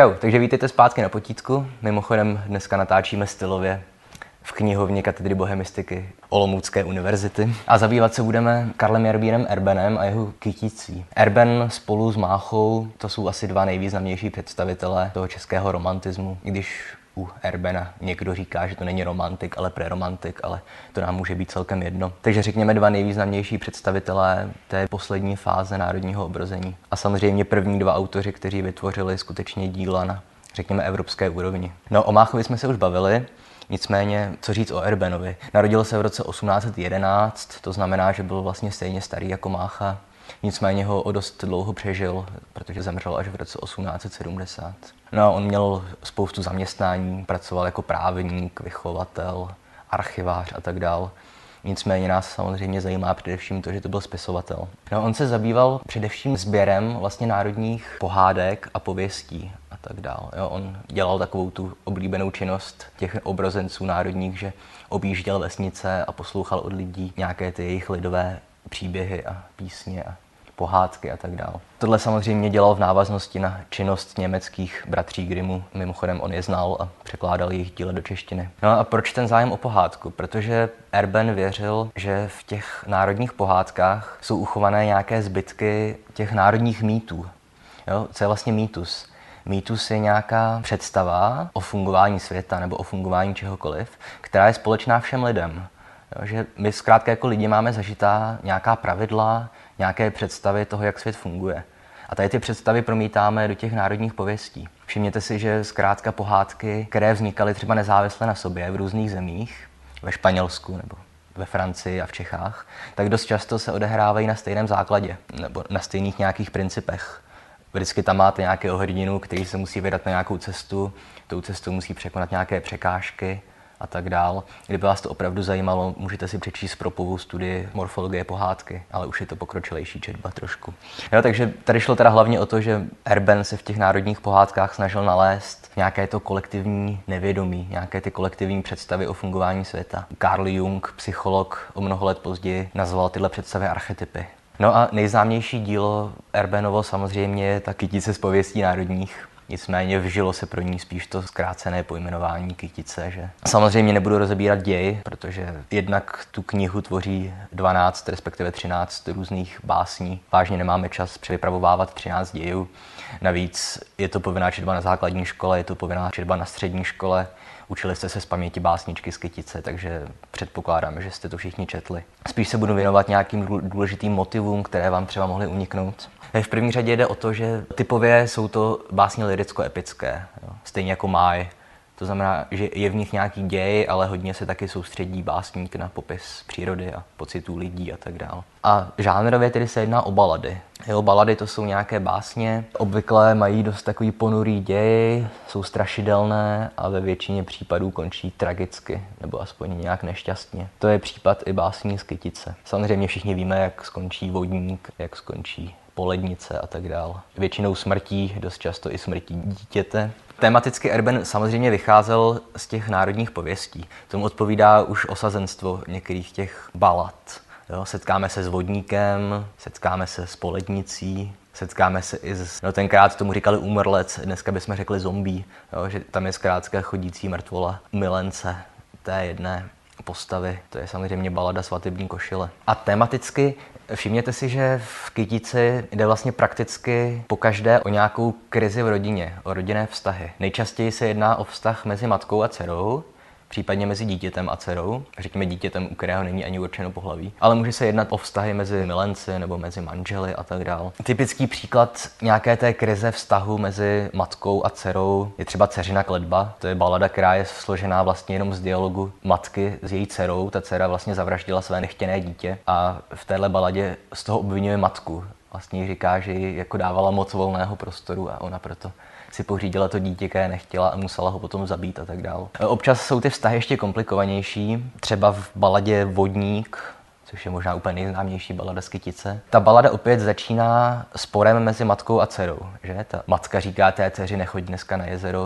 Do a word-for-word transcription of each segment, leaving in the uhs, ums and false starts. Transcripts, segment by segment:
Čau, takže vítejte zpátky na potítku. Mimochodem dneska natáčíme stylově v knihovně Katedry bohemistiky Olomoucké univerzity. A zabývat se budeme Karlem Jarbírem Erbenem a jeho kyticí. Erben spolu s Máchou, to jsou asi dva nejvýznamnější představitelé toho českého romantismu, i když u Erbena někdo říká, že to není romantik, ale preromantik, ale to nám může být celkem jedno. Takže řekněme dva nejvýznamnější představitelé té poslední fáze národního obrození. A samozřejmě první dva autoři, kteří vytvořili skutečně díla na, řekněme, evropské úrovni. No, o Máchovi jsme se už bavili. Nicméně, co říct o Erbenovi? Narodil se v roce osmnáct set jedenáct, to znamená, že byl vlastně stejně starý jako Mácha. Nicméně ho o dost dlouho přežil, protože zemřel až v roce osmnáct set sedmdesát. No, on měl spoustu zaměstnání, pracoval jako právník, vychovatel, archivář a tak dál. Nicméně nás samozřejmě zajímá především to, že to byl spisovatel. No, on se zabýval především sběrem vlastně národních pohádek a pověstí a tak dál. Jo, on dělal takovou tu oblíbenou činnost těch obrozenců národních, že objížděl vesnice a poslouchal od lidí nějaké ty jejich lidové příběhy a písně a pohádky a tak dál. Tohle samozřejmě dělal v návaznosti na činnost německých bratří Grimmů. Mimochodem on je znal a překládal jejich díla do češtiny. No a proč ten zájem o pohádku? Protože Erben věřil, že v těch národních pohádkách jsou uchované nějaké zbytky těch národních mýtů. Jo? Co je vlastně mýtus? Mýtus je nějaká představa o fungování světa nebo o fungování čehokoliv, která je společná všem lidem. Jo, že my zkrátka jako lidi máme zažitá nějaká pravidla, nějaké představy toho, jak svět funguje. A tady ty představy promítáme do těch národních pověstí. Všimněte si, že zkrátka pohádky, které vznikaly třeba nezávisle na sobě v různých zemích, ve Španělsku nebo ve Francii a v Čechách, tak dost často se odehrávají na stejném základě nebo na stejných nějakých principech. Vždycky tam máte nějakého hrdinu, který se musí vydat na nějakou cestu, tou cestou musí překonat nějaké překážky a tak dál. Kdyby vás to opravdu zajímalo, můžete si přečíst Propovou studii morfologie pohádky, ale už je to pokročilejší četba trošku. Jo, takže tady šlo teda hlavně o to, že Erben se v těch národních pohádkách snažil nalézt nějaké to kolektivní nevědomí, nějaké ty kolektivní představy o fungování světa. Carl Jung, psycholog, o mnoho let později nazval tyhle představy archetypy. No a nejznámější dílo Erbenovo samozřejmě je ta Kytice z pověstí národních. Nicméně vžilo se pro ní spíš to zkrácené pojmenování Kytice, že? Samozřejmě nebudu rozebírat děj, protože jednak tu knihu tvoří dvanáct, respektive třináct různých básní. Vážně nemáme čas převypravovávat třináct dějů. Navíc je to povinná četba na základní škole, je to povinná četba na střední škole. Učili jste se z paměti básničky z Kytice, takže předpokládám, že jste to všichni četli. Spíš se budu věnovat nějakým důležitým motivům, které vám třeba mohly uniknout. V první řadě jde o to, že typově jsou to básně lyricko-epické, jo. Stejně jako Máj. To znamená, že je v nich nějaký děj, ale hodně se taky soustředí básník na popis přírody a pocitů lidí a tak dále. A žánrově tedy se jedná o balady. Jo, balady to jsou nějaké básně, obvykle mají dost takový ponurý děj, jsou strašidelné a ve většině případů končí tragicky, nebo aspoň nějak nešťastně. To je případ i básní z Kytice. Samozřejmě všichni víme, jak skončí vodník, jak skončí polednice a tak dále. Většinou smrtí, dost často i smrtí dítěte. Tematicky Erben samozřejmě vycházel z těch národních pověstí. Tomu odpovídá už osazenstvo některých těch balad. Jo, setkáme se s vodníkem, setkáme se s polednicí, setkáme se i s... No tenkrát tomu říkali úmrlec, dneska bychom řekli zombie, jo, že tam je zkrátka chodící mrtvola milence té jedné postavy. To je samozřejmě balada Svatební košile. A tematicky všimněte si, že v Kytici jde vlastně prakticky pokaždé o nějakou krizi v rodině, o rodinné vztahy. Nejčastěji se jedná o vztah mezi matkou a dcerou, případně mezi dítětem a dcerou, řekněme dítětem, u kterého není ani určeno pohlaví, ale může se jednat o vztahy mezi milenci nebo mezi manželi a tak dál. Typický příklad nějaké té krize vztahu mezi matkou a dcerou je třeba Dceřina kletba. To je balada, která je složená vlastně jenom z dialogu matky s její dcerou. Ta dcera vlastně zavraždila své nechtěné dítě a v téhle baladě z toho obvinuje matku. Vlastně jí říká, že jí jako dávala moc volného prostoru a ona proto si pořídila to dítě, které nechtěla a musela ho potom zabít a tak dál. Občas jsou ty vztahy ještě komplikovanější, třeba v baladě Vodník, což je možná úplně nejznámější balada z Kytice. Ta balada opět začíná sporem mezi matkou a dcerou, že? Ta matka říká té dceři, nechoď dneska na jezero,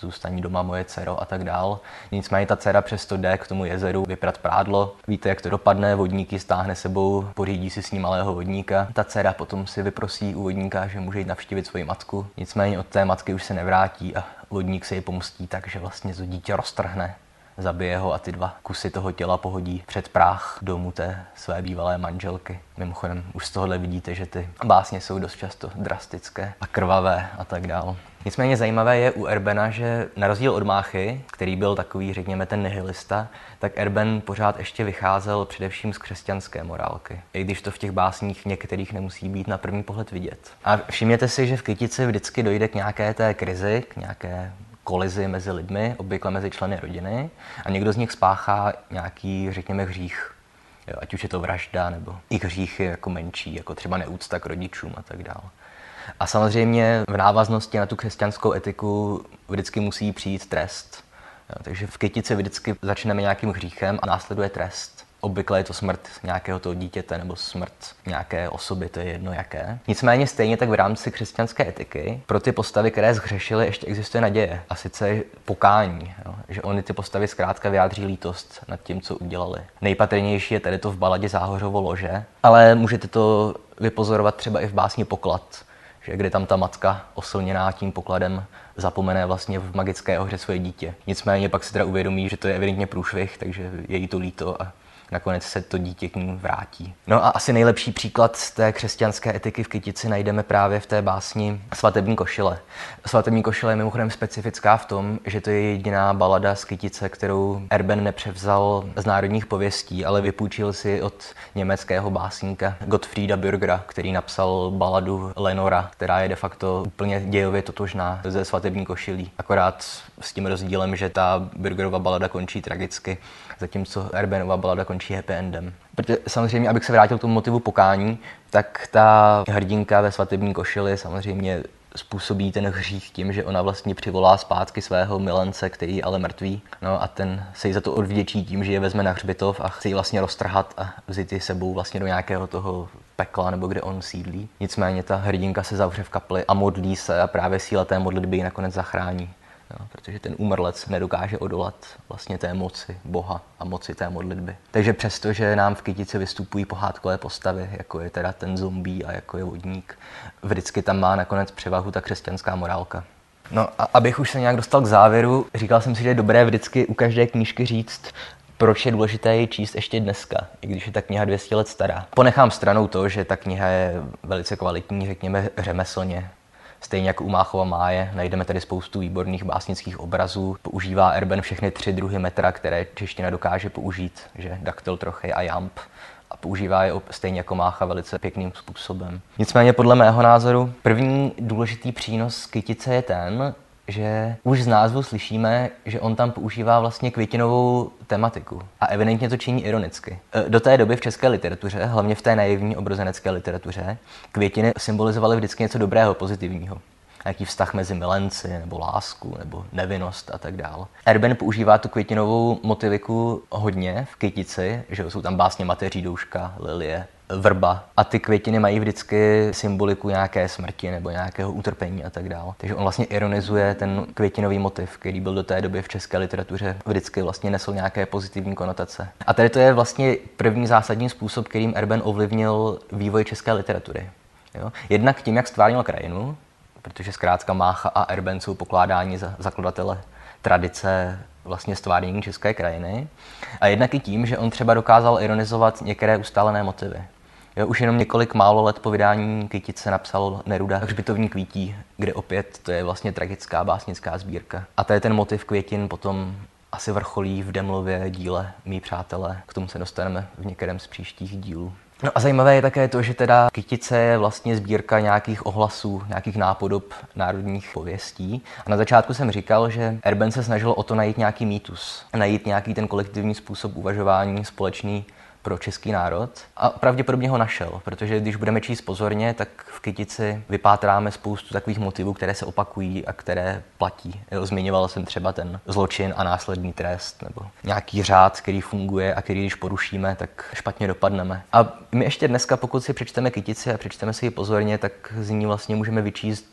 zůstaní doma moje dcero a tak dál. Nicméně ta dcera přesto jde k tomu jezeru vyprat prádlo. Víte, jak to dopadne, vodníky stáhne sebou, pořídí si s ní malého vodníka. Ta dcera potom si vyprosí u vodníka, že může jít navštívit svoji matku. Nicméně od té matky už se nevrátí a vodník se jej pomstí tak, že vlastně to dítě roztrhne, zabije ho a ty dva kusy toho těla pohodí před práh domu té své bývalé manželky. Mimochodem už z tohohle vidíte, že ty básně jsou dost často drastické a krvavé a tak dál. Nicméně zajímavé je u Erbena, že na rozdíl od Máchy, který byl takový, řekněme, ten nihilista, tak Erben pořád ještě vycházel především z křesťanské morálky. I když to v těch básních některých nemusí být na první pohled vidět. A všimněte si, že v Kytici vždycky dojde k nějaké té krizi, k nějaké kolizi mezi lidmi, obvykle mezi členy rodiny, a někdo z nich spáchá nějaký, řekněme, hřích. Jo, ať už je to vražda, nebo i hříchy jako menší, jako třeba neúcta k rodičům a tak dále. A samozřejmě v návaznosti na tu křesťanskou etiku vždycky musí přijít trest. Jo, takže v Kytici vždycky začneme nějakým hříchem a následuje trest. Obvykle je to smrt nějakého toho dítěte nebo smrt nějaké osoby, to je jedno jaké. Nicméně stejně tak v rámci křesťanské etiky pro ty postavy, které zhřešily, ještě existuje naděje. A sice pokání, jo? Že oni ty postavy zkrátka vyjádří lítost nad tím, co udělali. Nejpatrnější je tedy to v baladě Záhořovo lože, ale můžete to vypozorovat třeba i v básni Poklad, že kde tam ta matka oslněná tím pokladem zapomene vlastně v magické hře svoje dítě. Nicméně pak si teda uvědomí, že to je evidentně průšvih, takže je jí to líto a nakonec se to dítě k ní vrátí. No a asi nejlepší příklad z té křesťanské etiky v Kytici najdeme právě v té básni Svatební košile. Svatební košile je mimochodem specifická v tom, že to je jediná balada z Kytice, kterou Erben nepřevzal z národních pověstí, ale vypůjčil si od německého básníka Gottfrieda Bürgera, který napsal baladu Lenora, která je de facto úplně dějově totožná ze Svatební košilí. Akorát s tím rozdílem, že ta Bürgerova balada končí tragicky, zatímco Erbenova balada končí happy endem. Protože samozřejmě, abych se vrátil k tomu motivu pokání, tak ta hrdinka ve Svatební košili samozřejmě způsobí ten hřích tím, že ona vlastně přivolá zpátky svého milence, který je ale mrtvý. No a ten se jí za to odvděčí tím, že je vezme na hřbitov a chce ji vlastně roztrhat a vzít ji sebou vlastně do nějakého toho pekla, nebo kde on sídlí. Nicméně ta hrdinka se zavře v kapli a modlí se a právě síla té modlitby ji nakonec zachrání. Jo, protože ten úmrlec nedokáže odolat vlastně té moci Boha a moci té modlitby. Takže přesto, že nám v Kytici vystupují pohádkové postavy, jako je teda ten zombie a jako je vodník, vždycky tam má nakonec převahu ta křesťanská morálka. No a abych už se nějak dostal k závěru, říkal jsem si, že je dobré vždycky u každé knížky říct, proč je důležité ji číst ještě dneska, i když je ta kniha dvě stě let stará. Ponechám stranou to, že ta kniha je velice kvalitní, řekněme řemeslně. Stejně jako u Máchova máje, najdeme tady spoustu výborných básnických obrazů. Používá Erben všechny tři druhy metra, které čeština dokáže použít, že daktyl, trochej a jamb. A používá je stejně jako Mácha velice pěkným způsobem. Nicméně podle mého názoru první důležitý přínos Kytice je ten, že už z názvu slyšíme, že on tam používá vlastně květinovou tematiku. A evidentně to činí ironicky. Do té doby v české literatuře, hlavně v té naivní obrozenecké literatuře, květiny symbolizovaly vždycky něco dobrého, pozitivního. Nějaký vztah mezi milenci, nebo lásku, nebo nevinnost a tak dále. Erben používá tu květinovou motiviku hodně v Kytici, že jsou tam básně Mateří douška, lilie, vrba. A ty květiny mají vždycky symboliku nějaké smrti nebo nějakého utrpení a tak dále. Takže on vlastně ironizuje ten květinový motiv, který byl do té doby v české literatuře vždycky vlastně nesl nějaké pozitivní konotace. A tady to je vlastně první zásadní způsob, kterým Erben ovlivnil vývoj české literatury. Jo? Jednak tím, jak stvárnil krajinu, protože zkrátka Mácha a Erben jsou pokládáni za zakladatele tradice vlastně stvárnění české krajiny. A jednak i tím, že on třeba dokázal ironizovat některé ustálené motivy. Jo, už jenom několik málo let po vydání Kytice napsal Neruda Hřbitovní kvítí, kde opět to je vlastně tragická básnická sbírka. A to je ten motiv květin potom asi vrcholí v Demlově díle Mí přátelé. K tomu se dostaneme v některém z příštích dílů. No a zajímavé je také to, že teda Kytice je vlastně sbírka nějakých ohlasů, nějakých nápodob národních pověstí. A na začátku jsem říkal, že Erben se snažil o to najít nějaký mýtus, najít nějaký ten kolektivní způsob uvažování společný pro český národ. A pravděpodobně ho našel, protože když budeme číst pozorně, tak v Kytici vypátráme spoustu takových motivů, které se opakují a které platí. Jo, zmiňoval jsem třeba ten zločin a následný trest, nebo nějaký řád, který funguje a který když porušíme, tak špatně dopadneme. A my ještě dneska, pokud si přečteme Kytici a přečteme si ji pozorně, tak z ní vlastně můžeme vyčíst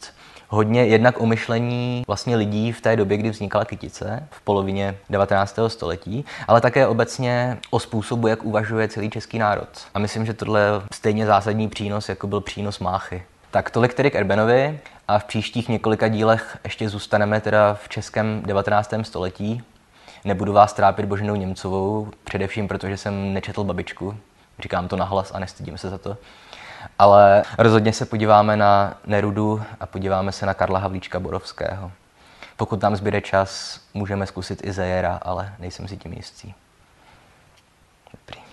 hodně jednak o myšlení vlastně lidí v té době, kdy vznikala kytice, v polovině devatenáctého století, ale také obecně o způsobu, jak uvažuje celý český národ. A myslím, že tohle je stejně zásadní přínos, jako byl přínos Máchy. Tak tolik tedy k Erbenovi a v příštích několika dílech ještě zůstaneme teda v českém devatenáctém století. Nebudu vás trápit Boženou Němcovou, především protože jsem nečetl Babičku. Říkám to nahlas a nestydím se za to. Ale rozhodně se podíváme na Nerudu a podíváme se na Karla Havlíčka Borovského. Pokud nám zbyde čas, můžeme zkusit i Zejera, ale nejsem si tím jistý. Dobrý.